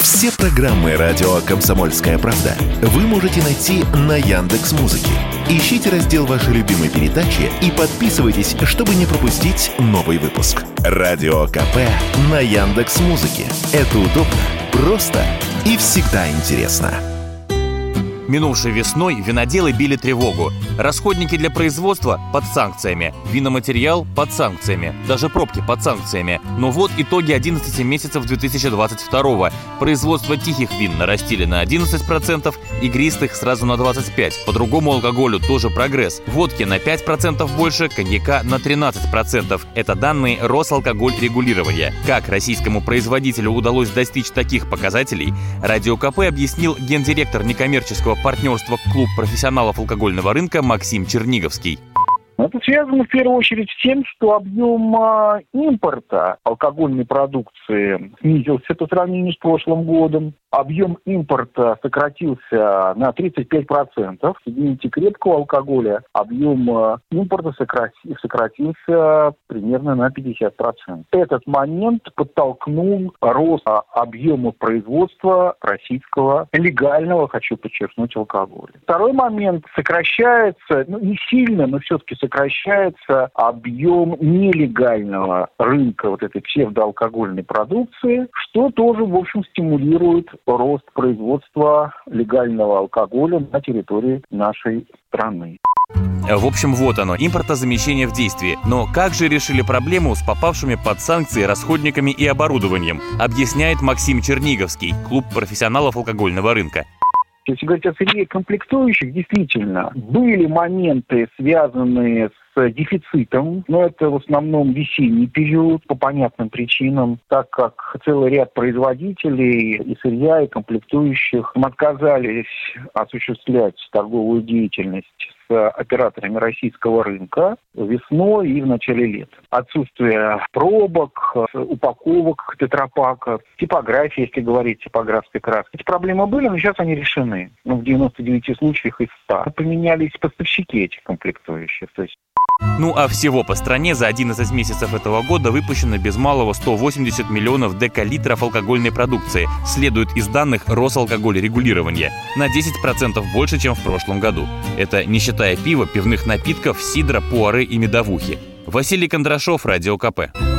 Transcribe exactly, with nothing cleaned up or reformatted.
Все программы радио «Комсомольская правда» вы можете найти на Яндекс.Музыке. Ищите раздел вашей любимой передачи и подписывайтесь, чтобы не пропустить новый выпуск. Радио КП на Яндекс.Музыке. Это удобно, просто и всегда интересно. Минувшей весной виноделы били тревогу. Расходники для производства под санкциями, виноматериал под санкциями, даже пробки под санкциями. Но вот итоги одиннадцати месяцев две тысячи двадцать второго. Производство тихих вин нарастили на одиннадцать процентов, игристых сразу на двадцать пять процентов. По другому алкоголю тоже прогресс. Водки на пять процентов больше, коньяка на тринадцать процентов. Это данные Росалкогольрегулирования. Как российскому производителю удалось достичь таких показателей, Радио КП объяснил гендиректор некоммерческого партнерства «Клуб профессионалов алкогольного рынка» Максим Черниговский. Это связано в первую очередь с тем, что объем э, импорта алкогольной продукции снизился по сравнению с прошлым годом. Объем импорта сократился на тридцать пять процентов. В сегменте крепкого алкоголя объем э, импорта сократи- сократился примерно на пятьдесят процентов. Этот момент подтолкнул рост объема производства российского легального, хочу подчеркнуть, алкоголя. Второй момент: сокращается, ну не сильно, но все-таки сокращается объем нелегального рынка вот этой псевдоалкогольной продукции, что тоже, в общем, стимулирует рост производства легального алкоголя на территории нашей страны. В общем, вот оно, импортозамещение в действии. Но как же решили проблему с попавшими под санкции расходниками и оборудованием, объясняет Максим Черниговский, клуб профессионалов алкогольного рынка. Если говорить о сырье комплектующих, действительно, были моменты, связанные с дефицитом, но это в основном весенний период по понятным причинам, так как целый ряд производителей и сырья, и комплектующих отказались осуществлять торговую деятельность с операторами российского рынка весной и в начале лета. Отсутствие пробок, упаковок тетрапаков, типографии, если говорить типографской краски. Эти проблемы были, но сейчас они решены. Ну, в девяноста девяти случаях из ста. Поменялись поставщики этих комплектующих. То есть Ну а всего по стране за одиннадцать месяцев этого года выпущено без малого сто восемьдесят миллионов декалитров алкогольной продукции, следует из данных Росалкогольрегулирования, на десять процентов больше, чем в прошлом году. Это не считая пива, пивных напитков, сидра, пуаре и медовухи. Василий Кондрашов, Радио КП.